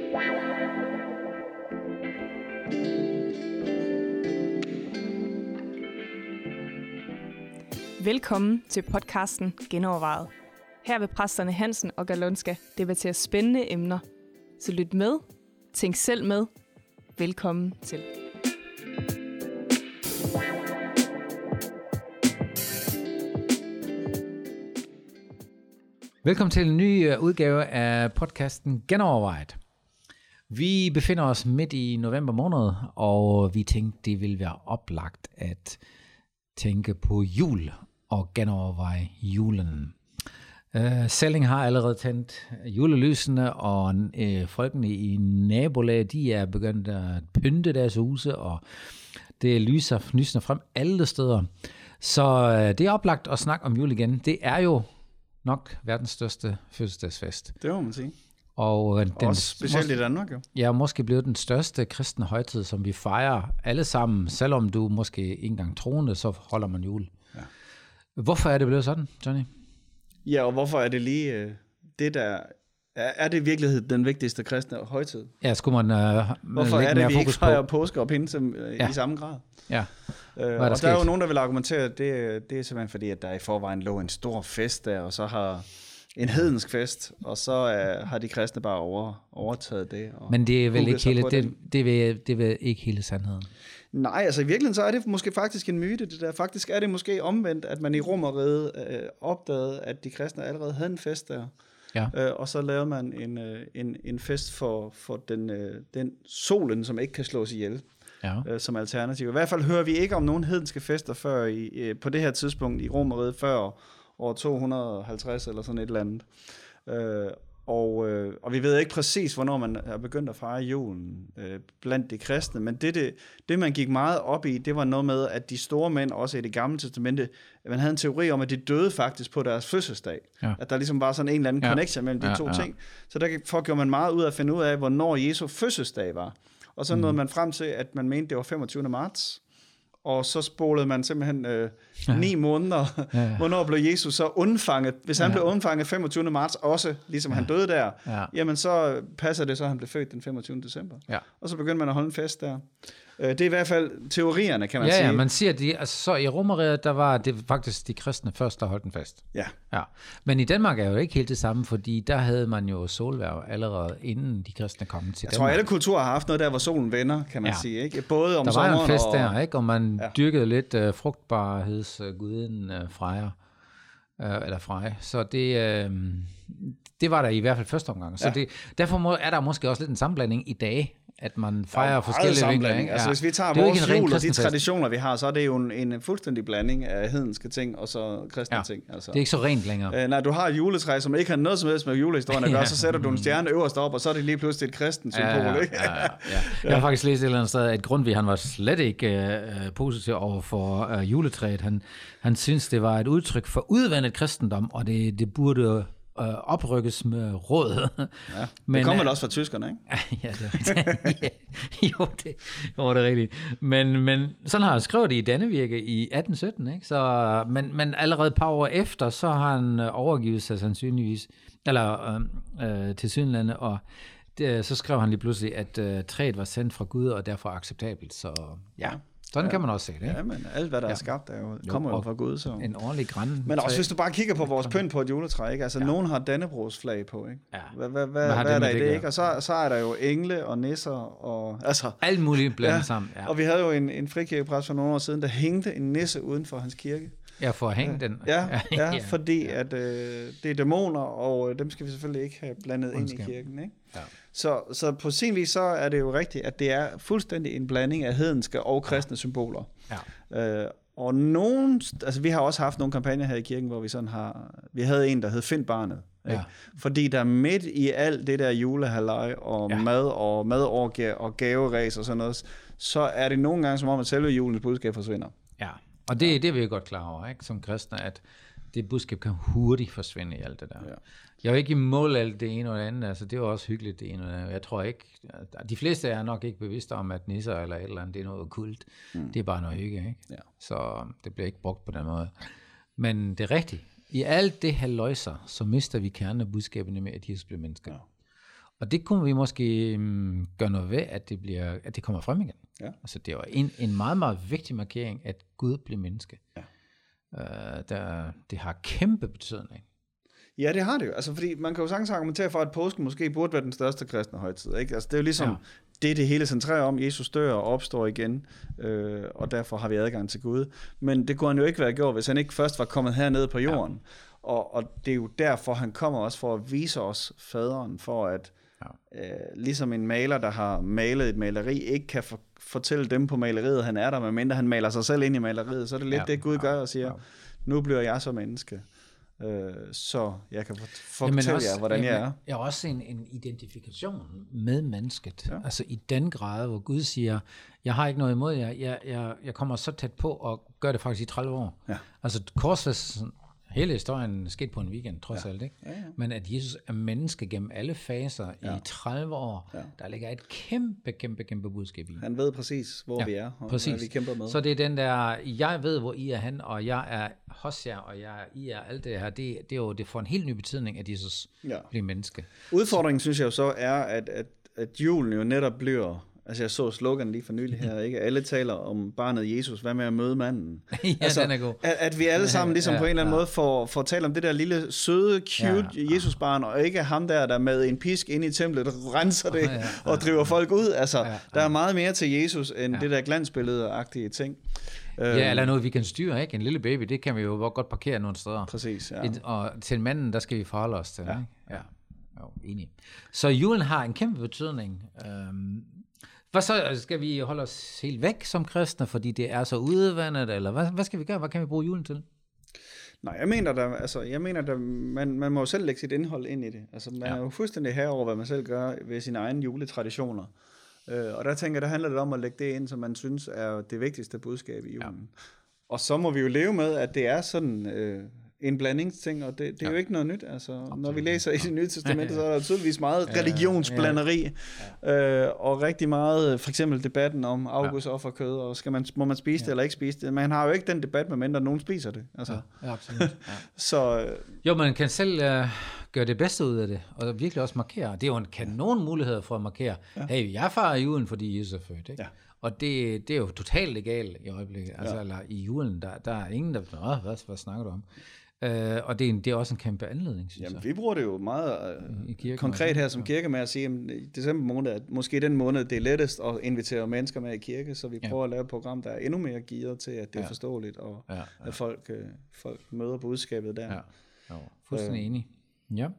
Velkommen til podcasten Genovervejet. Her vil præsterne Hansen og Galonska debattere spændende emner. Så lyt med, tænk selv med. Velkommen til. Velkommen til en ny udgave af podcasten Genovervejet. Vi befinder os midt i november måned, og vi tænkte, det ville være oplagt at tænke på jul og genoverveje julen. Selling har allerede tændt julelysene, og folkene i nabolaget, de er begyndt at pynte deres huse, og det lyser frem alle steder. Så det er oplagt at snakke om jul igen. Det er jo nok verdens største fødselsdagsfest. Det må man sige. Og den, også specielt i Danmark jo. Ja, måske blevet den største kristne højtid, som vi fejrer alle sammen. Selvom du måske ikke engang troende, så holder man jul. Ja. Hvorfor er det blevet sådan, Johnny? Ja, og hvorfor er det lige det, der... Er det i virkeligheden den vigtigste kristne højtid? Ja, skulle man hvorfor er det, vi ikke fejrer påske og pinse i samme grad? Ja. Og der er jo nogen, der vil argumentere, at det er simpelthen fordi, at der i forvejen lå en stor fest der, og så har en hedensk fest, og så har de kristne bare overtaget det. Men det er vel ikke hele, det er vel ikke hele sandheden? Nej, altså i virkeligheden så er det måske faktisk en myte, det der. Faktisk er det måske omvendt, at man i Romerriget opdagede, at de kristne allerede havde en fest der. Ja. Og så lavede man en fest for den solen, som ikke kan slås ihjel. Ja. Som alternativ. I hvert fald hører vi ikke om nogen hedenske fester før på det her tidspunkt i Romerriget før år 250 eller sådan et eller andet. Og vi ved ikke præcis, hvornår man er begyndt at fejre julen blandt de kristne, men det man gik meget op i, det var noget med, at de store mænd, også i Det Gamle Testamente, man havde en teori om, at de døde faktisk på deres fødselsdag. Ja. At der ligesom var sådan en eller anden connection mellem de to ting. Så derfor gjorde man meget ud af at finde ud af, hvornår Jesu fødselsdag var. Og så nåede man frem til, at man mente, det var 25. marts. Og så spolede man simpelthen 9 måneder. Hvornår blev Jesus så undfanget? Hvis han blev undfanget 25. marts også, ligesom han døde der, jamen så passer det så, at han blev født den 25. december. Ja. Og så begyndte man at holde en fest der. Det er i hvert fald teorierne, kan man sige. Ja, man siger, at så i Romerriget, der var det faktisk de kristne først, der holdt en fest. Ja. Men i Danmark er jo ikke helt det samme, fordi der havde man jo solhverv allerede, inden de kristne kom til Danmark. Jeg tror, alle kulturer har haft noget der, hvor solen vender, kan man sige. Ikke? Både om der sommeren og... Der var en fest der, ikke? Og man dyrkede lidt frugtbarhedsguden Freja. Eller Frej. Så det var der i hvert fald første omgang. Så derfor er der måske også lidt en sammenblanding i dag, at man fejrer forskellige vinkler. Altså hvis vi tager vores jul og de traditioner, vi har, så er det jo en fuldstændig blanding af hedenske ting og så kristne ting. Altså. Det er ikke så rent længere. Nej, du har et juletræ, som ikke har noget som helst med julehistorien at gøre, så sætter du en stjerne øverst op, og så er det lige pludselig et kristent symbol. Ikke? Jeg har faktisk læst et eller andet sted, at Grundtvig, han var slet ikke positiv over for juletræet. Han synes, det var et udtryk for udvandet kristendom, og det burde oprykkes med råd. Ja, men, det kommer vel også fra tyskerne, ikke? Ja, det er rigtigt. Jo, det er rigtigt. Men sådan har han skrevet det i Dannevirke i 1817, ikke? Så, men allerede et par år efter, så har han overgivet sig sandsynligvis, eller til Sydlandet, og så skrev han lige pludselig, at træet var sendt fra Gud, og derfor acceptabelt. Så ja. Sådan kan man også se det. Ja, men alt hvad der er skabt, kommer jo fra Gud. Så. En ordentlig græn. Men også hvis du bare kigger på vores pynt på et juletræ, ikke? Altså nogen har Dannebrogs flag på, ikke? Ja. Hvad er der i det, ikke? Og så er der jo engle og nisser og altså alt muligt blandet sammen. Ja. Og vi havde jo en frikirkepræst for nogle år siden, der hængte en nisse uden for hans kirke. Ja, for at hænge den. Ja, fordi at det er dæmoner, og dem skal vi selvfølgelig ikke have blandet ind i kirken, ikke? Ja. Så på sin vis så er det jo rigtigt, at det er fuldstændig en blanding af hedenske og kristne symboler. Ja. Og altså vi har også haft nogle kampagner her i kirken, hvor vi havde en, der hed Find barnet. Ja. Fordi der midt i alt det der julehalløj og mad og madorgie og gaveræs og sådan noget, så er det nogle gange som om, at selve julens budskab forsvinder. Ja, og det er vi jo godt klar over, ikke, som kristne, at det budskab kan hurtigt forsvinde i alt det der. Ja. Jeg er jo ikke imod alt det ene og det andet, altså det er jo også hyggeligt det ene og det andet. Jeg tror ikke, de fleste er nok ikke bevidste om, at nisser eller et eller andet, det er noget kult. Det er bare noget hygge, ikke? Ja. Så det bliver ikke brugt på den måde. Men det er rigtigt. I alt det halløjser, så mister vi kernen af budskabene med, at Jesus bliver mennesker. Ja. Og det kunne vi måske gøre noget ved, at det kommer frem igen. Ja. Altså det var en meget, meget vigtig markering, at Gud blev menneske. Ja. Det har kæmpe betydning. Ja, det har det jo. Altså, fordi man kan jo sagtens argumentere for, at påsken måske burde være den største kristne højtid. Ikke? Altså, det er jo ligesom det hele centrerer om. Jesus dør og opstår igen, og derfor har vi adgang til Gud. Men det kunne han jo ikke være gjort, hvis han ikke først var kommet hernede på jorden. Ja. Og det er jo derfor, han kommer også for at vise os faderen, for at ligesom en maler, der har malet et maleri, ikke kan fortælle dem på maleriet, han er der, medmindre han maler sig selv ind i maleriet. Så er det lidt det, Gud gør og siger, nu bliver jeg så menneske. Så jeg kan fortælle jer, hvordan jeg er. Jeg har også en identifikation med mennesket. Ja. Altså i den grad, hvor Gud siger, jeg har ikke noget imod jer, jeg kommer så tæt på og gør det faktisk i 30 år. Ja. Altså korsfæstelsen, hele historien skete på en weekend, trods alt, ikke? Ja. Men at Jesus er menneske gennem alle faser i 30 år, der ligger et kæmpe budskab i. Han ved præcis, hvor vi er, og hvad vi kæmper med. Så det er den der, jeg ved, hvor I er hen, og jeg er hos jer, og I er alt det her. Det er jo, det får en helt ny betydning, at Jesus bliver menneske. Udfordringen, synes jeg jo så, er, at julen jo netop bliver... Altså jeg så slogan lige for nylig her, ikke? Alle taler om barnet Jesus, hvad med at møde manden? Ja, altså, den er god. At vi alle sammen ligesom på en eller anden måde får talt om det der lille, søde, cute Jesusbarn, og ikke ham der med en pisk ind i templet, renser det og driver folk ud. Altså, der er meget mere til Jesus, end det der glansbillede-agtige ting. Ja, eller noget, vi kan styre, ikke? En lille baby, det kan vi jo godt parkere nogle steder. Præcis, og til manden, der skal vi forholde os til, ikke? Ja. Jo, enig. Så julen har en kæmpe betydning. Hvad så? Skal vi holde os helt væk som kristne, fordi det er så udvandet, eller hvad skal vi gøre? Hvad kan vi bruge julen til? Nej, jeg mener, man må jo selv lægge sit indhold ind i det. Altså, man er jo fuldstændig herover, hvad man selv gør ved sine egne juletraditioner. Og der tænker jeg, der handler det om at lægge det ind, som man synes er det vigtigste budskab i julen. Ja. Og så må vi jo leve med, at det er sådan... en blandingsting, og det er jo ikke noget nyt. Altså, når vi læser i Det Nye Testamente, så er der tydeligvis meget religionsblanderi, og rigtig meget, for eksempel debatten om August offerkød, og må man spise det eller ikke spise det. Man har jo ikke den debat, medmindre nogen spiser det. Altså. Ja, absolut. Ja. Så, jo, man kan selv gøre det bedste ud af det, og virkelig også markere. Det er jo en kanon mulighed for at markere, hey, jeg fejrer julen, fordi Jesus er født, ikke? Ja. Og det er jo totalt legalt i øjeblikket. Altså, eller i julen, der er ingen, der hvad snakker du om? Og det er også en kæmpe anledning, synes jeg. Vi bruger det jo meget konkret her som kirke med at sige, at i december måned, at måske den måned, det er lettest at invitere mennesker med i kirke, så vi prøver at lave et program, der er endnu mere gearet til, at det er forståeligt, og at folk møder budskabet der. Ja. Fuldstændig enig. Ja.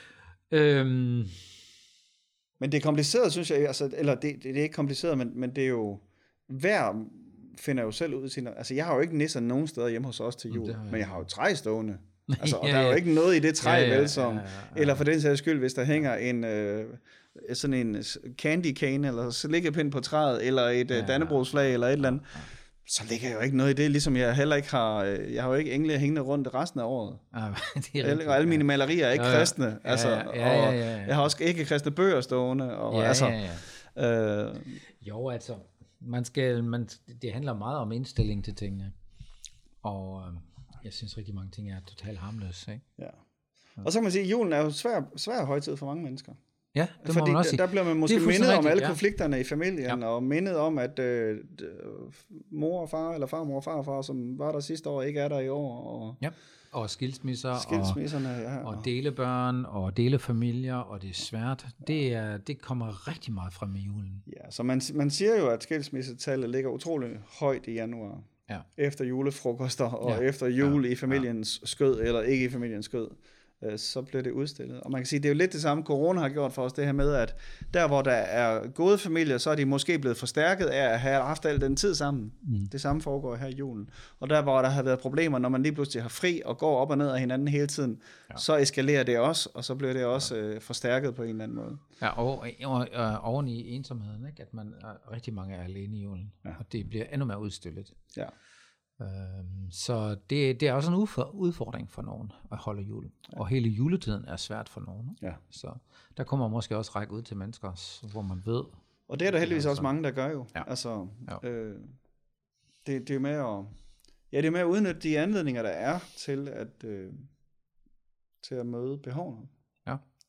Men det er kompliceret, synes jeg, altså, eller det er ikke kompliceret, men det er jo hver finder jo selv ud i sin... Altså, jeg har jo ikke nisser nogen steder hjemme hos os til jul, men jeg har jo træ stående. Altså, og der er jo ikke noget i det træ, vel, som... Eller for den sags skyld, hvis der hænger en... sådan en candy cane, eller slikkepind på træet, eller et dannebrogsflag, eller et eller andet, så ligger jo ikke noget i det, ligesom jeg heller ikke har... Jeg har jo ikke engle hængende rundt resten af året. Og alle mine malerier er ikke kristne. Altså, og jeg har også ikke kristne bøger stående. Og, jo, altså... det handler meget om indstilling til tingene, og jeg synes rigtig mange ting er totalt harmløse, ikke? Ja. Og så kan man sige, at julen er jo svær højtid for mange mennesker. Ja, det må man også sige. Der bliver man måske mindet om alle konflikterne i familien, og mindet om, at mor og far, eller farmor og farfar, som var der sidste år, ikke er der i år. Og skilsmisserne, og delebørn, og delefamilier, og det er svært. Det kommer rigtig meget frem i julen. Ja, så man siger jo, at skilsmissetallet ligger utrolig højt i januar. Ja. Efter julefrokoster, og efter jul i familiens skød, eller ikke i familiens skød. Så bliver det udstillet. Og man kan sige, det er jo lidt det samme, corona har gjort for os, det her med, at der, hvor der er gode familier, så er de måske blevet forstærket af at have haft al den tid sammen. Det samme foregår her i julen. Og der, hvor der har været problemer, når man lige pludselig har fri og går op og ned af hinanden hele tiden, så eskalerer det også, og så bliver det også forstærket på en eller anden måde. Ja, og oven i ensomheden, ikke? At man rigtig mange er alene i julen, og det bliver endnu mere udstillet. Ja. Så det er også en udfordring for nogen at holde jul. Og hele juletiden er svært for nogen. Ja. Så der kommer måske også række ud til mennesker, hvor man ved. Og det er der heldigvis også mange, der gør jo. Ja. Altså, det er med at... Ja, det er med at udnytte de anledninger, der er til at møde behovene. Ja.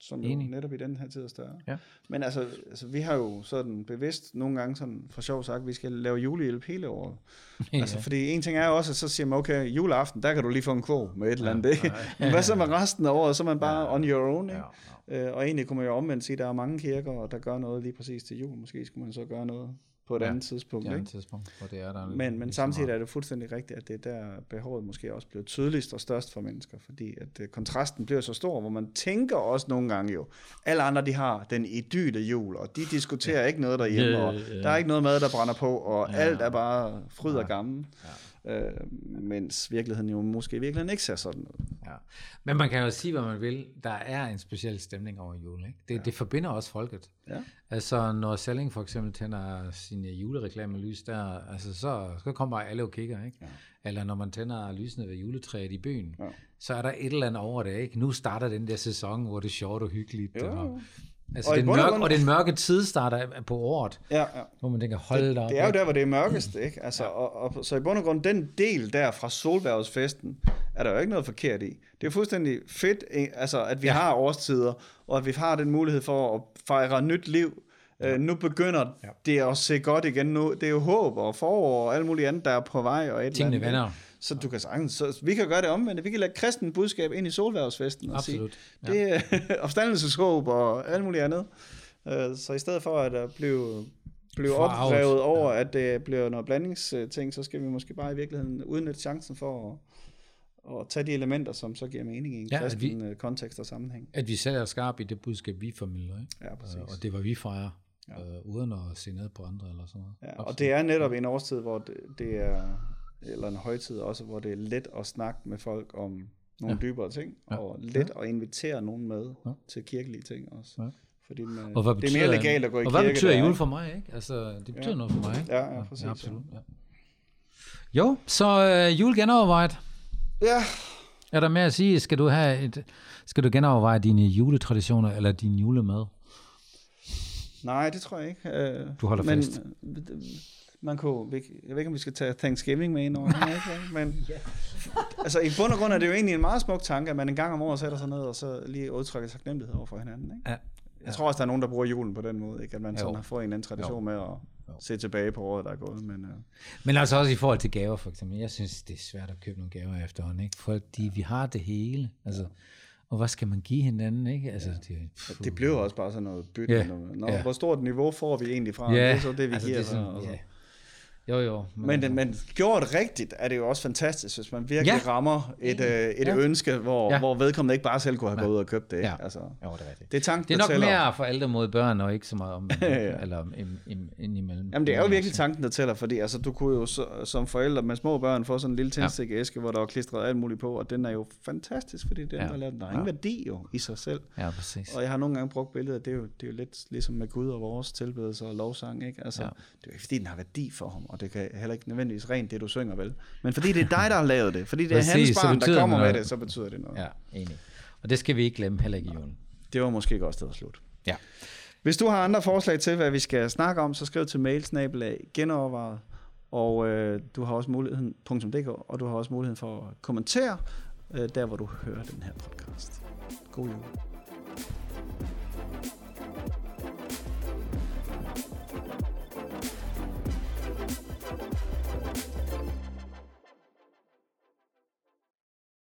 som jo netop i den her tid er større. Ja. Men altså, vi har jo sådan bevidst nogle gange sådan for sjov sagt, at vi skal lave julehjælp hele året. Altså, fordi en ting er jo også, at så siger man, okay, juleaften, der kan du lige få en kvog med et eller andet. Men hvad så med resten af året? Så er man bare on your own, ikke? Og egentlig kunne man jo omvendt sige, at der er mange kirker, der gør noget lige præcis til jul. Måske skulle man så gøre noget på et andet tidspunkt. Ikke? Hvor det er der men samtidig er det fuldstændig rigtigt, at det er der behovet måske også bliver tydeligst og størst for mennesker, fordi at kontrasten bliver så stor, hvor man tænker også nogle gange jo, alle andre de har den idylle jul, og de diskuterer ikke noget derhjemme, og der er ikke noget mad, der brænder på, og alt er bare fryd og gammel. Mens virkeligheden jo måske virkelig ikke ser sådan ud. Ja. Men man kan jo sige, hvad man vil. Der er en speciel stemning over jul. Ikke? Det forbinder også folket. Ja. Altså når Salling for eksempel tænder sine julereklamelys der, altså så kommer alle og kigger. Ikke? Ja. Eller når man tænder lysene ved juletræet i byen, så er der et eller andet over det. Ikke? Nu starter den der sæson, hvor det er sjovt og hyggeligt. Altså og den mørke tid starter på året, hvor man tænker, hold da op. Det er jo der, hvor det er mørkest, ikke? Altså, og så i bund og grund, den del der fra solværvsfesten, er der jo ikke noget forkert i. Det er fuldstændig fedt, altså, at vi har årstider, og at vi har den mulighed for at fejre nyt liv. Nu begynder det at se godt igen. Nu, det er jo håb og forår og alt muligt andet, der er på vej. Og tingene vender. Så du kan sagtens, så vi kan gøre det omvendt. Vi kan lade kristen budskab ind i solværvsfesten og sige, det er opstandelseshåb og alt muligt andet. Så i stedet for at blive oprevet over, at det bliver noget blandingsting, så skal vi måske bare i virkeligheden udnytte chancen for at tage de elementer, som så giver mening i en kristen kontekst og sammenhæng. At vi selv er skarpe i det budskab, vi formidler, ikke? Ja, præcis. Og det var vi fejrer, uden at se ned på andre eller sådan noget. Ja, og det er netop en årstid, hvor det er, eller en højtid også, hvor det er let at snakke med folk om nogle dybere ting, og let at invitere nogen med til kirkelige ting også. Ja. Fordi det er mere legalt at gå i kirke. Og hvad betyder jul for mig, ikke? Altså, det betyder noget for mig, ikke? Ja, præcis. Ja, absolut. Ja. Jo, så jul genovervejet. Ja. Er der mere at sige? Skal du genoverveje dine juletraditioner eller din julemad? Nej, det tror jeg ikke. Du holder fast. Jeg ved ikke, om vi skal tage Thanksgiving med ind over her, ikke? Men altså, i bund og grund er det jo egentlig en meget smuk tanke, at man en gang om året sætter sig ned og så lige udtrykker taknemmelighed over for hinanden. Ikke? Ja. Jeg tror også, der er nogen, der bruger julen på den måde, ikke? At man sådan har fået en anden tradition med at se tilbage på året, der er gået. Men altså også i forhold til gaver, for eksempel. Jeg synes, det er svært at købe nogle gaver efterhånden, ikke? Fordi vi har det hele. Altså, og hvad skal man give hinanden, ikke? Altså, det bliver også bare sådan noget bytte. Hvor stort niveau får vi egentlig fra? Det er så det, vi giver. Jo. Men gjort rigtigt er det jo også fantastisk, hvis man virkelig rammer et ønske, hvor vedkommende ikke bare selv kunne have gået ud og købt det. Ikke? Altså, jo, det er rigtigt. Det er tanken, det er nok der mere forældre mod børn, og ikke så meget om eller indimellem. Jamen, det er jo virkelig tanken, der tæller, fordi altså, du kunne jo som forældre med små børn få sådan en lille tændstikæske, hvor der var klistret alt muligt på, og den er jo fantastisk, fordi den der er ingen værdi jo i sig selv. Ja, præcis. Og jeg har nogle gange brugt billeder, det er jo lidt ligesom med Gud og vores tilbedelse og lovsang, ikke? Altså, det er jo ikke fordi, den har værdi for ham, og det kan heller ikke nødvendigvis rent det, du synger, vel? Men fordi det er dig, der har lavet det, fordi det er hans barn, der kommer med det, så betyder det noget. Ja, enig. Og det skal vi ikke glemme, heller ikke i julen. Det var måske godt sted at slutte. Ja. Hvis du har andre forslag til, hvad vi skal snakke om, så skriv til mail@genovervejet, og du har også muligheden.dk, og du har også muligheden for at kommentere, der hvor du hører den her podcast. God jul.